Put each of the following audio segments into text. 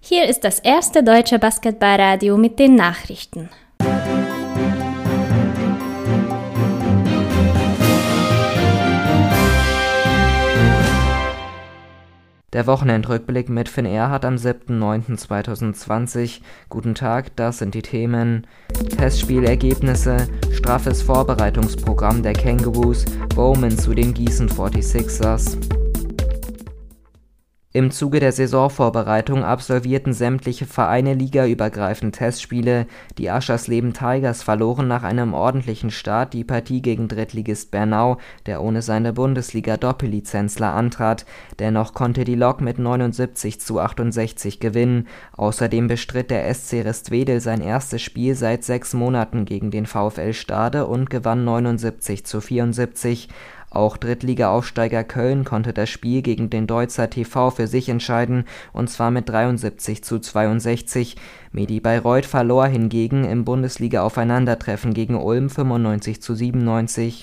Hier ist das erste deutsche Basketballradio mit den Nachrichten. Der Wochenendrückblick mit Finn Erhardt am 7.9.2020. Guten Tag, das sind die Themen: Testspielergebnisse, straffes Vorbereitungsprogramm der Kangaroos, Bowman zu den Gießen 46ers. Im Zuge der Saisonvorbereitung absolvierten sämtliche Vereine ligaübergreifend Testspiele. Die Aschersleben Tigers verloren nach einem ordentlichen Start die Partie gegen Drittligist Bernau, der ohne seine Bundesliga-Doppellizenzler antrat. Dennoch konnte die Lok mit 79:68 gewinnen. Außerdem bestritt der SC Restwedel sein erstes Spiel seit 6 Monaten gegen den VfL Stade und gewann 79:74. Auch Drittliga-Aufsteiger Köln konnte das Spiel gegen den Deutzer TV für sich entscheiden, und zwar mit 73:62. Medi Bayreuth verlor hingegen im Bundesliga-Aufeinandertreffen gegen Ulm 95:97.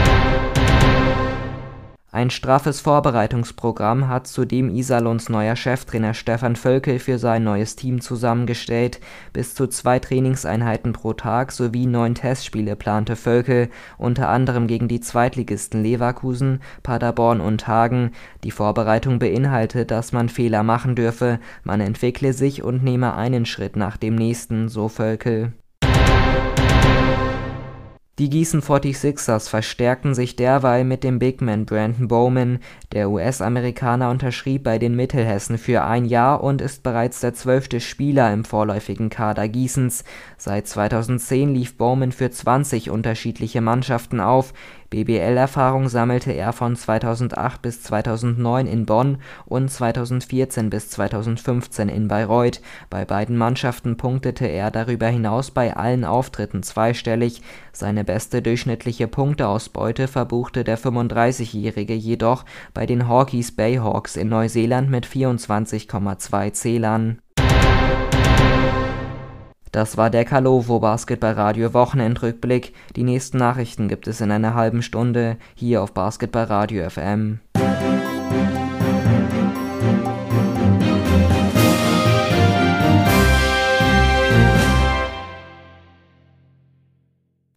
Ein straffes Vorbereitungsprogramm hat zudem Iserlohns neuer Cheftrainer Stefan Völkel für sein neues Team zusammengestellt. Bis zu 2 Trainingseinheiten pro Tag sowie 9 Testspiele plante Völkel, unter anderem gegen die Zweitligisten Leverkusen, Paderborn und Hagen. Die Vorbereitung beinhaltet, dass man Fehler machen dürfe, man entwickle sich und nehme einen Schritt nach dem nächsten, so Völkel. Die Gießen 46ers verstärkten sich derweil mit dem Bigman Brandon Bowman. Der US-Amerikaner unterschrieb bei den Mittelhessen für 1 Jahr und ist bereits der 12. Spieler im vorläufigen Kader Gießens. Seit 2010 lief Bowman für 20 unterschiedliche Mannschaften auf. BBL-Erfahrung sammelte er von 2008 bis 2009 in Bonn und 2014 bis 2015 in Bayreuth. Bei beiden Mannschaften punktete er darüber hinaus bei allen Auftritten zweistellig. Seine beste durchschnittliche Punkteausbeute verbuchte der 35-Jährige jedoch bei den Hawke's Bay Hawks in Neuseeland mit 24,2 Zählern. Das war der Kalovo Basketballradio Wochenendrückblick. Die nächsten Nachrichten gibt es in einer halben Stunde hier auf Basketballradio FM.